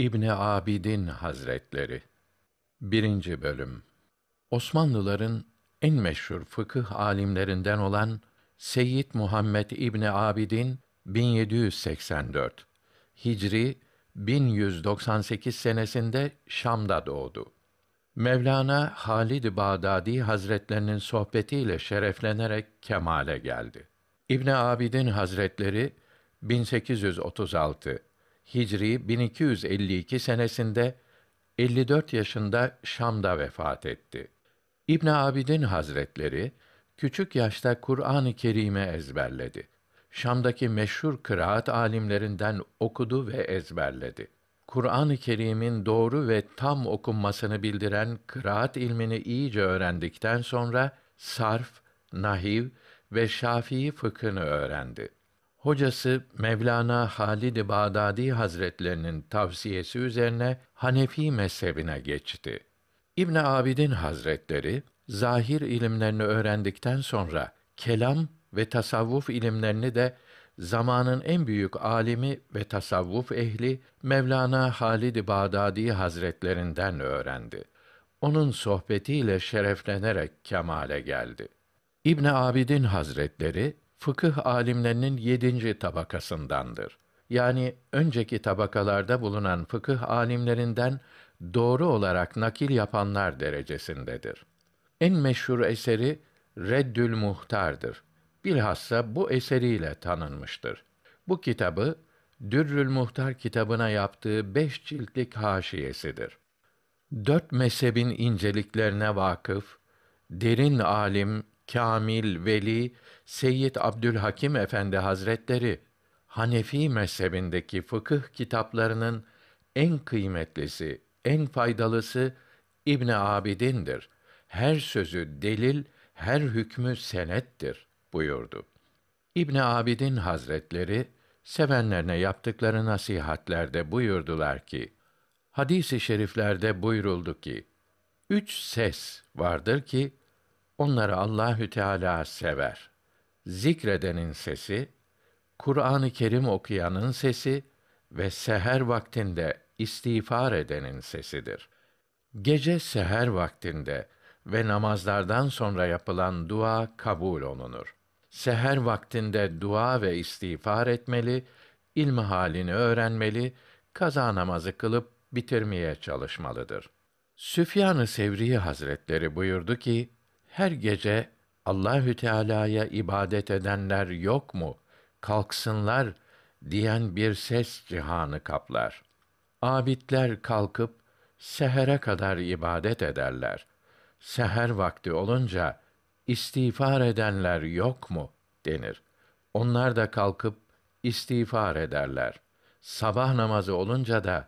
İbni Abidin Hazretleri 1. Bölüm. Osmanlıların en meşhur fıkıh alimlerinden olan Seyyid Muhammed İbni Abidin 1784 Hicri 1198 senesinde Şam'da doğdu. Mevlana Halid-i Bağdadi Hazretlerinin sohbetiyle şereflenerek kemale geldi. İbn Abidin Hazretleri 1836 Hicri 1252 senesinde 54 yaşında Şam'da vefat etti. İbn Abidin Hazretleri küçük yaşta Kur'an-ı Kerim'i ezberledi. Şam'daki meşhur kıraat alimlerinden okudu ve ezberledi. Kur'an-ı Kerim'in doğru ve tam okunmasını bildiren kıraat ilmini iyice öğrendikten sonra sarf, nahiv ve Şafii fıkhını öğrendi. Hocası Mevlana Halid-i Bağdadi Hazretlerinin tavsiyesi üzerine Hanefi mezhebine geçti. İbn Abidin Hazretleri zahir ilimlerini öğrendikten sonra kelam ve tasavvuf ilimlerini de zamanın en büyük alimi ve tasavvuf ehli Mevlana Halid-i Bağdadi Hazretlerinden öğrendi. Onun sohbetiyle şereflenerek kemale geldi. İbn Abidin Hazretleri fıkıh alimlerinin 7. tabakasındandır. Yani önceki tabakalarda bulunan fıkıh alimlerinden doğru olarak nakil yapanlar derecesindedir. En meşhur eseri Reddül Muhtar'dır. Bilhassa bu eseriyle tanınmıştır. Bu kitabı Dürrül Muhtar kitabına yaptığı 5 ciltlik haşiyesidir. 4 mezhebin inceliklerine vakıf, derin alim, kâmil, veli, Seyyid Abdülhakim Efendi Hazretleri, Hanefi mezhebindeki fıkıh kitaplarının en kıymetlisi, en faydalısı İbn Abidin'dir. Her sözü delil, her hükmü senettir buyurdu. İbn Abidin Hazretleri sevenlerine yaptıkları nasihatlerde buyurdular ki: hadis-i şeriflerde buyuruldu ki, 3 ses vardır ki onları Allahü Teala sever. Zikredenin sesi, Kur'an-ı Kerim okuyanın sesi ve seher vaktinde istiğfar edenin sesidir. Gece seher vaktinde ve namazlardan sonra yapılan dua kabul olunur. Seher vaktinde dua ve istiğfar etmeli, ilmi halini öğrenmeli, kaza namazı kılıp bitirmeye çalışmalıdır. Süfyan-ı Sevri Hazretleri buyurdu ki, her gece Allahü Teala'ya ibadet edenler yok mu? Kalksınlar diyen bir ses cihanı kaplar. Abidler kalkıp sehere kadar ibadet ederler. Seher vakti olunca istiğfar edenler yok mu denir. Onlar da kalkıp istiğfar ederler. Sabah namazı olunca da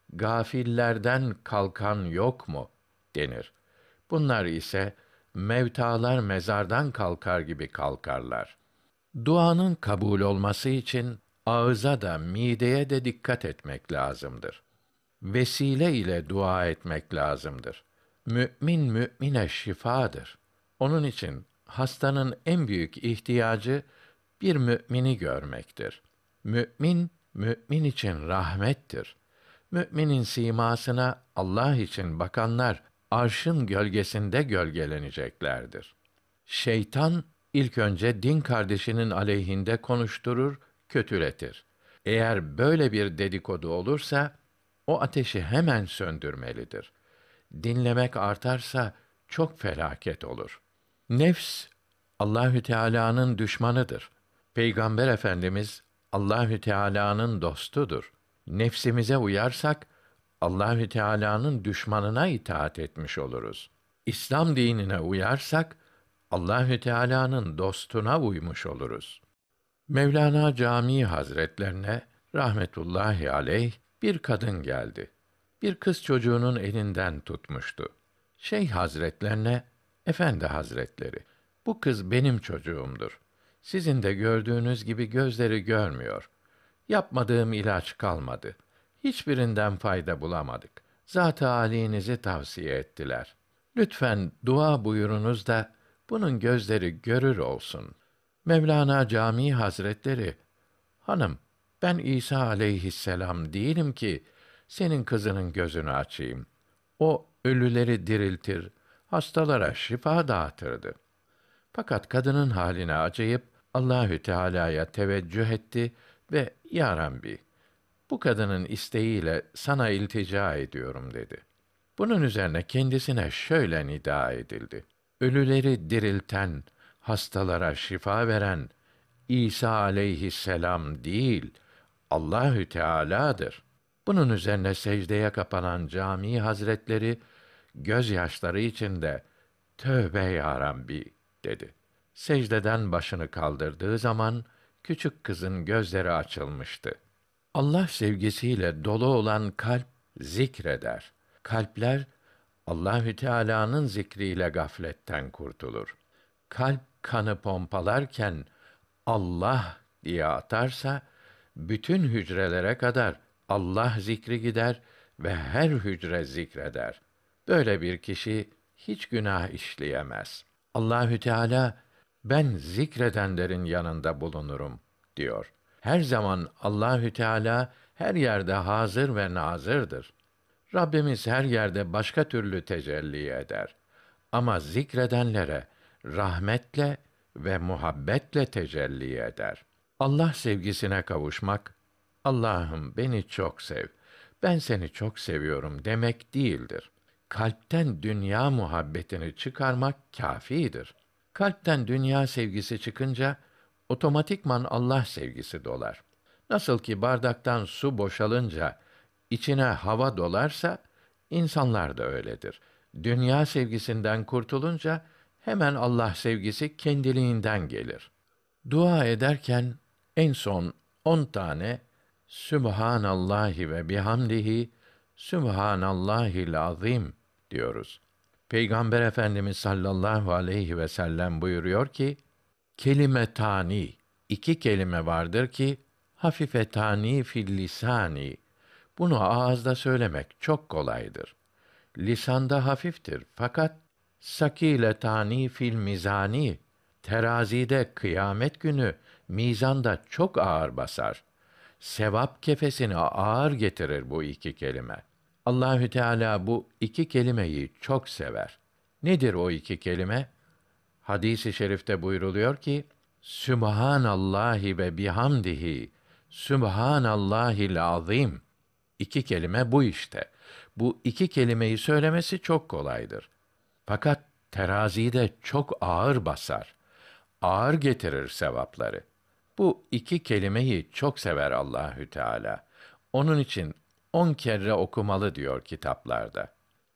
gafillerden kalkan yok mu denir. Bunlar ise mevtalar mezardan kalkar gibi kalkarlar. Duanın kabul olması için ağıza da mideye de dikkat etmek lazımdır. Vesile ile dua etmek lazımdır. Mü'min mü'mine şifadır. Onun için hastanın en büyük ihtiyacı bir mümini görmektir. Mü'min, mü'min için rahmettir. Müminin simasına Allah için bakanlar arşın gölgesinde gölgeleneceklerdir. Şeytan ilk önce din kardeşinin aleyhinde konuşturur, kötületir. Eğer böyle bir dedikodu olursa o ateşi hemen söndürmelidir. Dinlemek artarsa çok felaket olur. Nefs Allahü Teala'nın düşmanıdır. Peygamber Efendimiz Allahü Teala'nın dostudur. Nefsimize uyarsak Allahü Teala'nın düşmanına itaat etmiş oluruz. İslam dinine uyarsak Allahü Teala'nın dostuna uymuş oluruz. Mevlana Camii Hazretlerine rahmetullahi aleyh bir kadın geldi. Bir kız çocuğunun elinden tutmuştu. Şeyh Hazretlerine, Efendi Hazretleri, bu kız benim çocuğumdur. Sizin de gördüğünüz gibi gözleri görmüyor. Yapmadığım ilaç kalmadı. Hiçbirinden fayda bulamadık. Zat-ı âlînizi tavsiye ettiler. Lütfen dua buyurunuz da bunun gözleri görür olsun. Mevlana Camii Hazretleri, hanım, ben İsa aleyhisselam değilim ki senin kızının gözünü açayım. O ölüleri diriltir, hastalara şifa dağıtırdı. Fakat kadının haline acıyıp Allahü Teala'ya teveccüh etti ve Ya Rabbi, bu kadının isteğiyle sana iltica ediyorum dedi. Bunun üzerine kendisine şöyle nida edildi: ölüleri dirilten, hastalara şifa veren İsa aleyhisselam değil, Allahü Teala'dır. Bunun üzerine secdeye kapanan cami hazretleri gözyaşları içinde "Tövbe ya Rabbi" dedi. Secdeden başını kaldırdığı zaman küçük kızın gözleri açılmıştı. Allah sevgisiyle dolu olan kalp zikreder. Kalpler Allahü Teala'nın zikriyle gafletten kurtulur. Kalp kanı pompalarken Allah diye atarsa bütün hücrelere kadar Allah zikri gider ve her hücre zikreder. Böyle bir kişi hiç günah işleyemez. Allahü Teala ben zikredenlerin yanında bulunurum diyor. Her zaman Allahü Teala her yerde hazır ve nazırdır. Rabbimiz her yerde başka türlü tecelli eder. Ama zikredenlere rahmetle ve muhabbetle tecelli eder. Allah sevgisine kavuşmak, Allah'ım beni çok sev, ben seni çok seviyorum demek değildir. Kalpten dünya muhabbetini çıkarmak kâfidir. Kalpten dünya sevgisi çıkınca, otomatikman Allah sevgisi dolar. Nasıl ki bardaktan su boşalınca, içine hava dolarsa, insanlar da öyledir. Dünya sevgisinden kurtulunca, hemen Allah sevgisi kendiliğinden gelir. Dua ederken, en son 10 tane Sübhanallahi ve bihamdihi Sübhanallahil azim diyoruz. Peygamber Efendimiz sallallahu aleyhi ve sellem buyuruyor ki, kelimetani, iki kelime vardır ki, hafifetani fil lisani. Bunu ağızda söylemek çok kolaydır. Lisanda hafiftir fakat sakiletani fil mizani. Terazide kıyamet günü mizanda çok ağır basar. Sevap kefesini ağır getirir bu iki kelime. Allahü Teala bu iki kelimeyi çok sever. Nedir o iki kelime? Hadis-i şerifte buyruluyor ki, Sübhanallahi ve bihamdihi, Sübhanallahil azim. İki kelime bu işte. Bu iki kelimeyi söylemesi çok kolaydır. Fakat terazide çok ağır basar. Ağır getirir sevapları. Bu iki kelimeyi çok sever Allahü Teala. Onun için 10 kere okumalı diyor kitaplarda.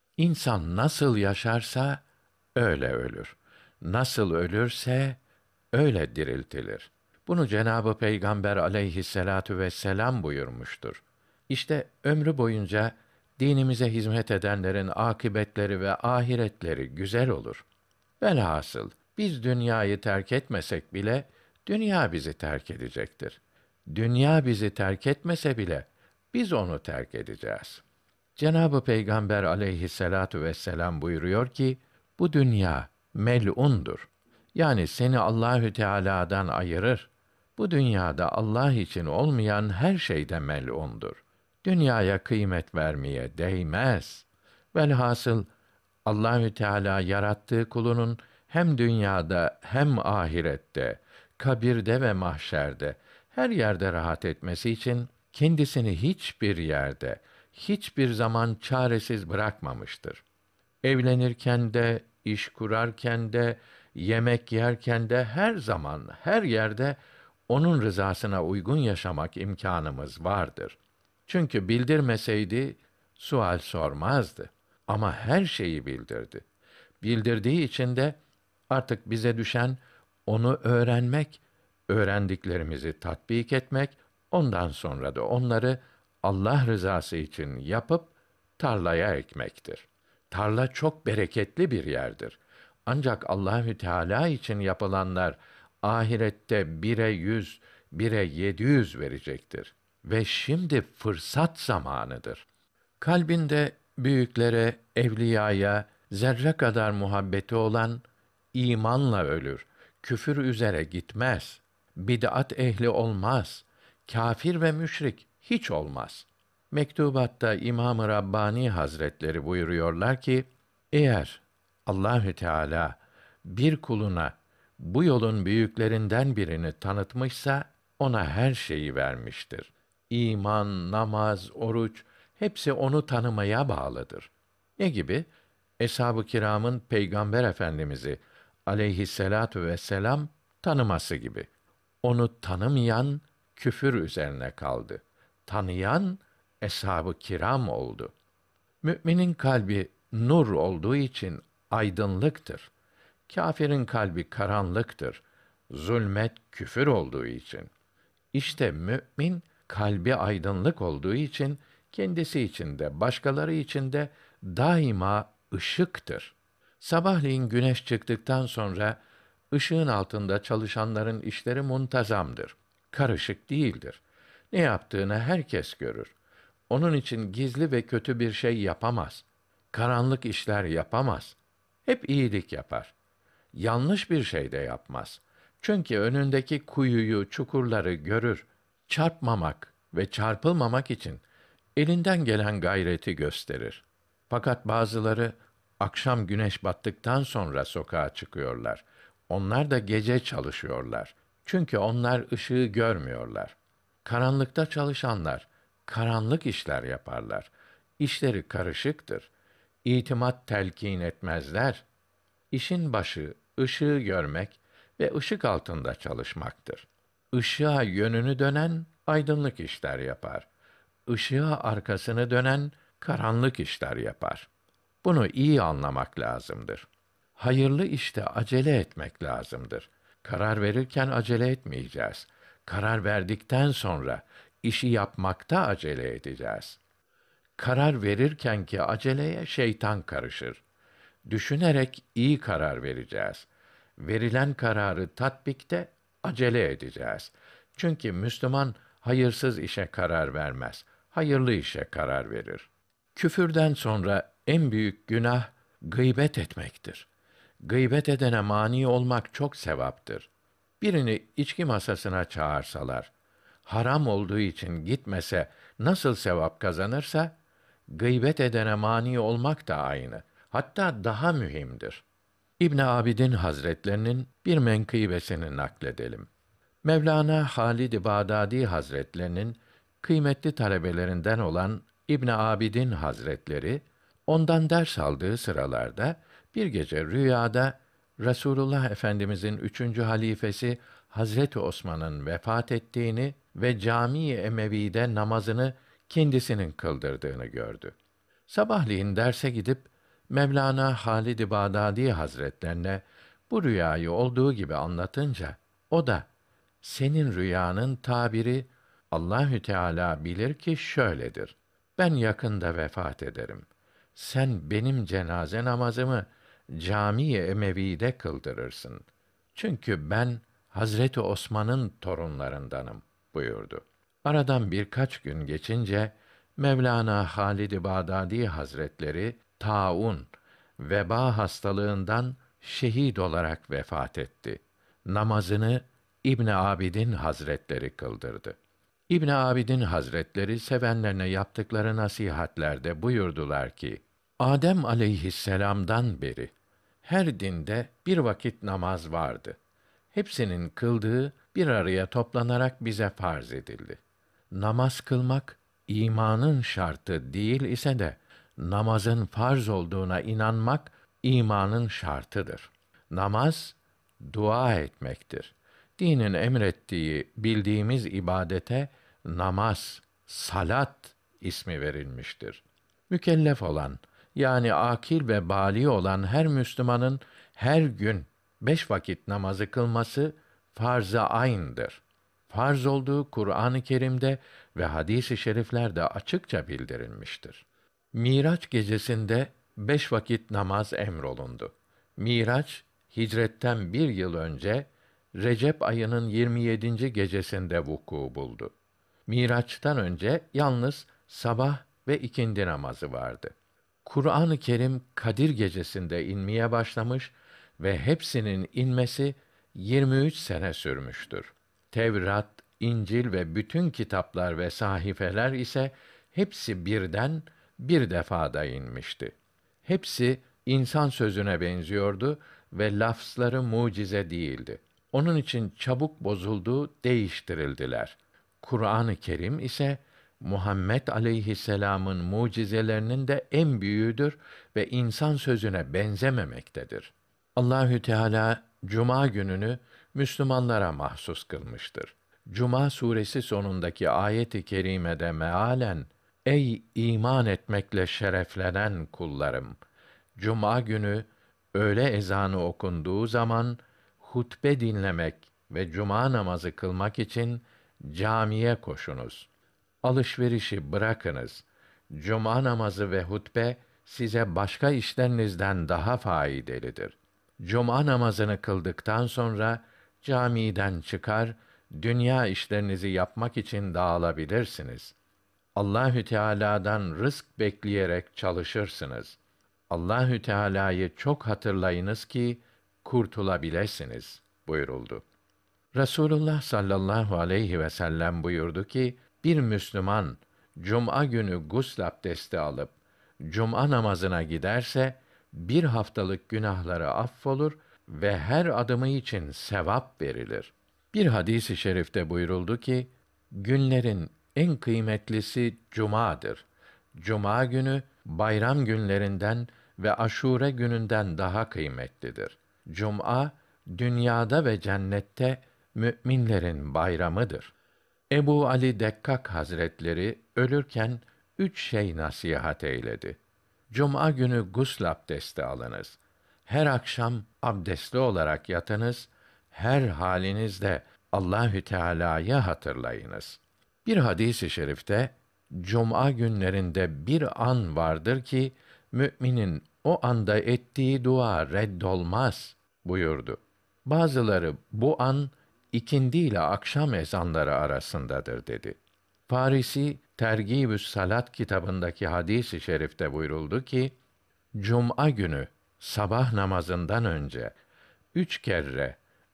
İnsan nasıl yaşarsa öyle ölür. Nasıl ölürse öyle diriltilir. Bunu Cenabı Peygamber aleyhisselatu vesselam buyurmuştur. İşte ömrü boyunca dinimize hizmet edenlerin akıbetleri ve ahiretleri güzel olur. Velhasıl biz dünyayı terk etmesek bile dünya bizi terk edecektir. Dünya bizi terk etmese bile biz onu terk edeceğiz. Cenabı Peygamber aleyhisselatu vesselam buyuruyor ki, bu dünya mel'undur. Yani seni Allahü Teala'dan ayırır. Bu dünyada Allah için olmayan her şey de mel'undur. Dünyaya kıymet vermeye değmez. Velhasıl Allahü Teala yarattığı kulunun hem dünyada hem ahirette, kabirde ve mahşerde her yerde rahat etmesi için kendisini hiçbir yerde, hiçbir zaman çaresiz bırakmamıştır. Evlenirken de, iş kurarken de, yemek yerken de her zaman, her yerde onun rızasına uygun yaşamak imkânımız vardır. Çünkü bildirmeseydi sual sormazdı. Ama her şeyi bildirdi. Bildirdiği için de artık bize düşen onu öğrenmek, öğrendiklerimizi tatbik etmek, ondan sonra da onları Allah rızası için yapıp tarlaya ekmektir. Tarla çok bereketli bir yerdir. Ancak Allahü Teala için yapılanlar ahirette 1'e 100, 1'e 700 verecektir. Ve şimdi fırsat zamanıdır. Kalbinde büyüklere, evliyaya zerre kadar muhabbeti olan imanla ölür. Küfür üzere gitmez. Bid'at ehli olmaz. Kâfir ve müşrik hiç olmaz. Mektubatta İmam-ı Rabbani Hazretleri buyuruyorlar ki, eğer Allahü Teala bir kuluna bu yolun büyüklerinden birini tanıtmışsa ona her şeyi vermiştir. İman, namaz, oruç hepsi onu tanımaya bağlıdır. Ne gibi? Eshab-ı kiramın Peygamber Efendimiz'i aleyhisselatu vesselam tanıması gibi. Onu tanımayan küfür üzerine kaldı. Tanıyan eshab-ı kiram oldu. Müminin kalbi nur olduğu için aydınlıktır. Kâfirin kalbi karanlıktır. Zulmet, küfür olduğu için. İşte mümin kalbi aydınlık olduğu için kendisi için de başkaları için de daima ışıktır. Sabahleyin güneş çıktıktan sonra ışığın altında çalışanların işleri muntazamdır. Karışık değildir. Ne yaptığını herkes görür. Onun için gizli ve kötü bir şey yapamaz. Karanlık işler yapamaz. Hep iyilik yapar. Yanlış bir şey de yapmaz. Çünkü önündeki kuyuyu, çukurları görür. Çarpmamak ve çarpılmamak için elinden gelen gayreti gösterir. Fakat bazıları akşam güneş battıktan sonra sokağa çıkıyorlar. Onlar da gece çalışıyorlar. Çünkü onlar ışığı görmüyorlar. Karanlıkta çalışanlar karanlık işler yaparlar. İşleri karışıktır. İtimat telkin etmezler. İşin başı ışığı görmek ve ışık altında çalışmaktır. Işığa yönünü dönen aydınlık işler yapar. Işığa arkasını dönen karanlık işler yapar. Bunu iyi anlamak lazımdır. Hayırlı işte acele etmek lazımdır. Karar verirken acele etmeyeceğiz. Karar verdikten sonra işi yapmakta acele edeceğiz. Karar verirken ki aceleye şeytan karışır. Düşünerek iyi karar vereceğiz. Verilen kararı tatbikte acele edeceğiz. Çünkü Müslüman hayırsız işe karar vermez. Hayırlı işe karar verir. Küfürden sonra en büyük günah gıybet etmektir. Gıybet edene mani olmak çok sevaptır. Birini içki masasına çağırsalar, haram olduğu için gitmese nasıl sevap kazanırsa, gıybet edene mani olmak da aynı. Hatta daha mühimdir. İbn Abidin Hazretlerinin bir menkıbesini nakledelim. Mevlana Halid-i Bağdadi Hazretlerinin kıymetli talebelerinden olan İbn Abidin Hazretleri ondan ders aldığı sıralarda bir gece rüyada Resulullah Efendimizin üçüncü halifesi Hazreti Osman'ın vefat ettiğini ve Cami-i Emevi'de namazını kendisinin kıldırdığını gördü. Sabahleyin derse gidip Mevlana Halid-i Bağdadi Hazretlerine bu rüyayı olduğu gibi anlatınca o da senin rüyanın tabiri Allahü Teala bilir ki şöyledir. Ben yakında vefat ederim. Sen benim cenaze namazımı Cami-i Emevi'de kıldırırsın. Çünkü ben Hazreti Osman'ın torunlarındanım buyurdu. Aradan birkaç gün geçince Mevlana Halid-i Bağdadi Hazretleri taun, veba hastalığından şehit olarak vefat etti. Namazını İbn Abidin Hazretleri kıldırdı. İbn Abidin Hazretleri sevenlerine yaptıkları nasihatlerde buyurdular ki: Adem aleyhisselam'dan beri her dinde bir vakit namaz vardı. Hepsinin kıldığı bir araya toplanarak bize farz edildi. Namaz kılmak imanın şartı değil ise de namazın farz olduğuna inanmak imanın şartıdır. Namaz dua etmektir. Dinin emrettiği bildiğimiz ibadete namaz, salat ismi verilmiştir. Mükellef olan yani akil ve bâli olan her Müslümanın her gün 5 vakit namazı kılması farz-ı ayn'dır. Farz olduğu Kur'an-ı Kerim'de ve hadis-i şeriflerde açıkça bildirilmiştir. Miraç gecesinde 5 vakit namaz emrolundu. Miraç, hicretten 1 yıl önce Recep ayının 27. gecesinde vuku buldu. Miraç'tan önce yalnız sabah ve ikindi namazı vardı. Kur'an-ı Kerim Kadir gecesinde inmeye başlamış ve hepsinin inmesi 23 sene sürmüştür. Tevrat, İncil ve bütün kitaplar ve sahifeler ise hepsi birden bir defada inmişti. Hepsi insan sözüne benziyordu ve lafzları mucize değildi. Onun için çabuk bozuldu, değiştirildiler. Kur'an-ı Kerim ise Muhammed aleyhisselam'ın mucizelerinin de en büyüğüdür ve insan sözüne benzememektedir. Allahü Teala cuma gününü Müslümanlara mahsus kılmıştır. Cuma suresi sonundaki ayet-i kerimede mealen ey iman etmekle şereflenen kullarım, cuma günü öğle ezanı okunduğu zaman hutbe dinlemek ve cuma namazı kılmak için camiye koşunuz. Alışverişi bırakınız. Cuma namazı ve hutbe size başka işlerinizden daha faydalıdır. Cuma namazını kıldıktan sonra camiden çıkar, dünya işlerinizi yapmak için dağılabilirsiniz. Allahü Teala'dan rızk bekleyerek çalışırsınız. Allahü Teala'yı çok hatırlayınız ki kurtulabilirsiniz buyuruldu. Resulullah sallallahu aleyhi ve sellem buyurdu ki, bir Müslüman cuma günü gusl abdesti alıp cuma namazına giderse bir haftalık günahları affolur ve her adımı için sevap verilir. Bir hadis-i şerifte buyuruldu ki, günlerin en kıymetlisi cumadır. Cuma günü bayram günlerinden ve aşure gününden daha kıymetlidir. Cuma dünyada ve cennette müminlerin bayramıdır. Ebu Ali Dekkak Hazretleri ölürken 3 şey nasihat eyledi. Cuma günü gusl abdesti alınız. Her akşam abdestli olarak yatınız. Her halinizde Allahü Teala'yı hatırlayınız. Bir hadis-i şerifte cuma günlerinde bir an vardır ki müminin o anda ettiği dua reddolmaz buyurdu. Bazıları bu an ikindi ile akşam ezanları arasındadır dedi. Farisi Tergibü's Salat kitabındaki hadis-i şerifte buyuruldu ki, cuma günü sabah namazından önce 3 kere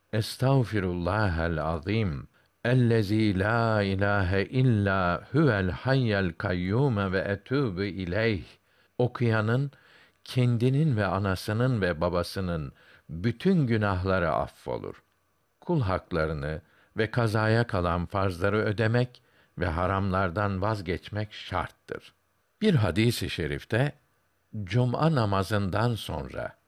Estağfirullahel azim ellezî lâ ilâhe illâ huvel hayyel kayyûme ve etûbü ileyh okuyanın kendinin ve anasının ve babasının bütün günahları affolur. Kul haklarını ve kazaya kalan farzları ödemek ve haramlardan vazgeçmek şarttır. Bir hadis-i şerifte cuma namazından sonra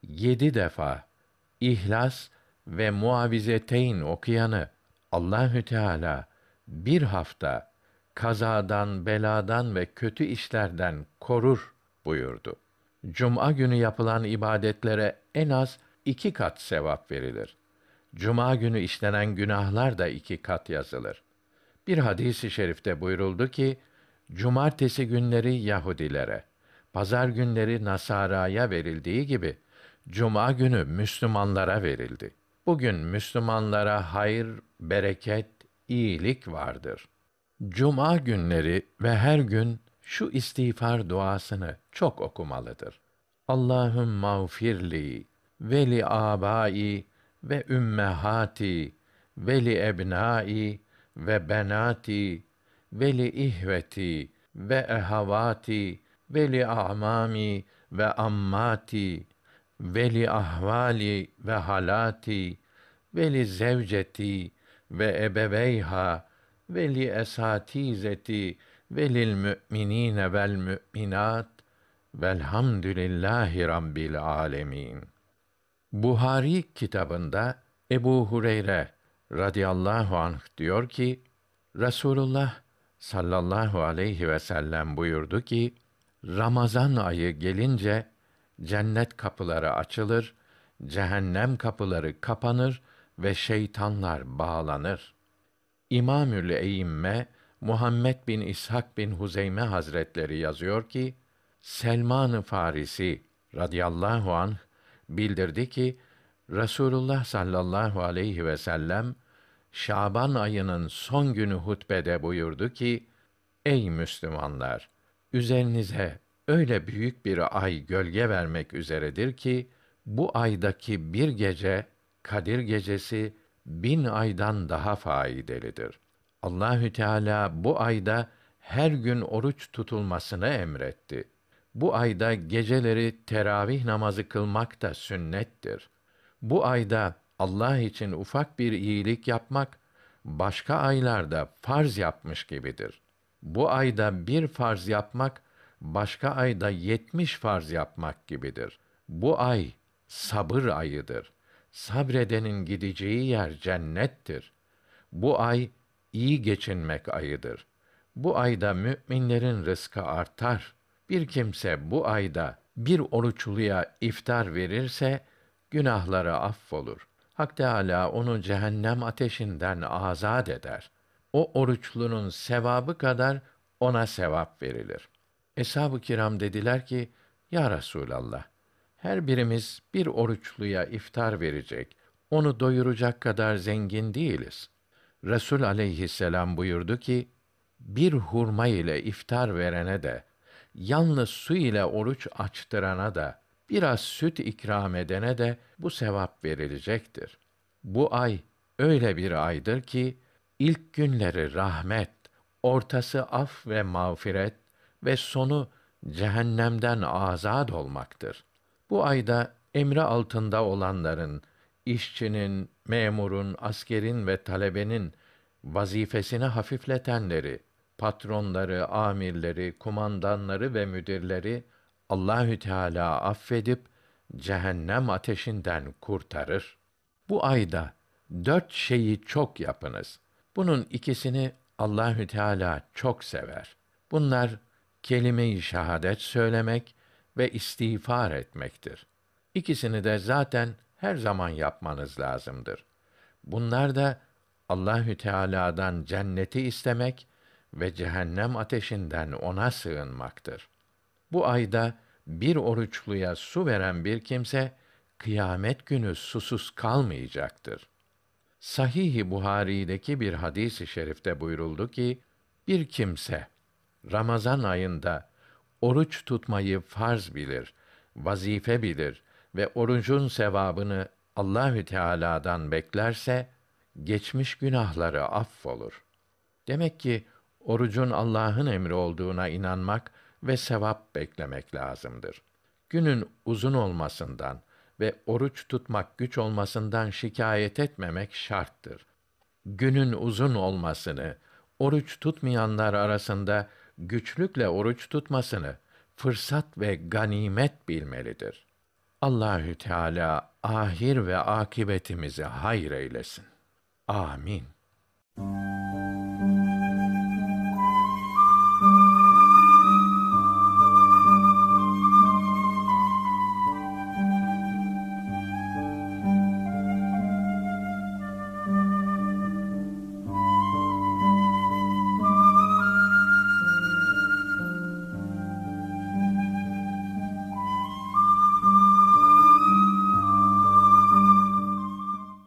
7 defa İhlas ve Muavizeteyn okuyanı Allahü Teala bir hafta kazadan, beladan ve kötü işlerden korur buyurdu. Cuma günü yapılan ibadetlere en az 2 kat sevap verilir. Cuma günü işlenen günahlar da 2 kat yazılır. Bir hadis-i şerifte buyuruldu ki, cumartesi günleri Yahudilere, pazar günleri Nasara'ya verildiği gibi, cuma günü Müslümanlara verildi. Bugün Müslümanlara hayır, bereket, iyilik vardır. Cuma günleri ve her gün şu istiğfar duasını çok okumalıdır. Allahümme mağfirli ve li âbâi ve ümmehâti ve li ebnâi ve benâti ve li ihveti ve ehavâti ve li a'mâmi ve ammâti ve li ahvali ve halâti ve li zevceti ve ebeveyha ve li esatizeti ve lil mü'minîne vel mü'minât velhamdülillahi rabbil âlemîn. Buhari kitabında Ebu Hureyre radıyallahu anh diyor ki, Resulullah sallallahu aleyhi ve sellem buyurdu ki, Ramazan ayı gelince cennet kapıları açılır, cehennem kapıları kapanır ve şeytanlar bağlanır. İmamül Eyyimme Muhammed bin İshak bin Huzeyme Hazretleri yazıyor ki, Selman-ı Farisi radıyallahu anh bildirdi ki, Resulullah sallallahu aleyhi ve sellem Şaban ayının son günü hutbede buyurdu ki, ey Müslümanlar! Üzerinize öyle büyük bir ay gölge vermek üzeredir ki, bu aydaki bir gece, Kadir gecesi, 1000 aydan daha faydalıdır. Allahü Teala bu ayda her gün oruç tutulmasını emretti. Bu ayda geceleri teravih namazı kılmak da sünnettir. Bu ayda Allah için ufak bir iyilik yapmak, başka aylarda farz yapmış gibidir. Bu ayda bir farz yapmak, başka ayda 70 farz yapmak gibidir. Bu ay sabır ayıdır. Sabredenin gideceği yer cennettir. Bu ay iyi geçinmek ayıdır. Bu ayda müminlerin rızkı artar. Bir kimse bu ayda bir oruçluya iftar verirse günahları affolur. Hak Teâlâ onu cehennem ateşinden azad eder. O oruçlunun sevabı kadar ona sevap verilir. Eshab-ı kiram dediler ki, Ya Resûlallah, her birimiz bir oruçluya iftar verecek, onu doyuracak kadar zengin değiliz. Resul aleyhisselam buyurdu ki, bir hurma ile iftar verene de, yalnız su ile oruç açtırana da, biraz süt ikram edene de bu sevap verilecektir. Bu ay öyle bir aydır ki, ilk günleri rahmet, ortası af ve mağfiret ve sonu cehennemden azad olmaktır. Bu ayda emri altında olanların, işçinin, memurun, askerin ve talebenin vazifesini hafifletenleri, patronları, amirleri, kumandanları ve müdirleri Allahü Teala affedip cehennem ateşinden kurtarır. Bu ayda 4 şeyi çok yapınız. Bunun ikisini Allahü Teala çok sever. Bunlar kelime-i şehadet söylemek ve istiğfar etmektir. İkisini de zaten her zaman yapmanız lazımdır. Bunlar da Allahü Teala'dan cenneti istemek ve cehennem ateşinden ona sığınmaktır. Bu ayda bir oruçluya su veren bir kimse kıyamet günü susuz kalmayacaktır. Sahih-i Buhari'deki bir hadis-i şerifte buyuruldu ki, bir kimse Ramazan ayında oruç tutmayı farz bilir, vazife bilir ve orucun sevabını Allahü Teala'dan beklerse geçmiş günahları affolur. Demek ki orucun Allah'ın emri olduğuna inanmak ve sevap beklemek lazımdır. Günün uzun olmasından ve oruç tutmak güç olmasından şikayet etmemek şarttır. Günün uzun olmasını, oruç tutmayanlar arasında güçlükle oruç tutmasını fırsat ve ganimet bilmelidir. Allahü Teala ahir ve akibetimizi hayır eylesin. Amin.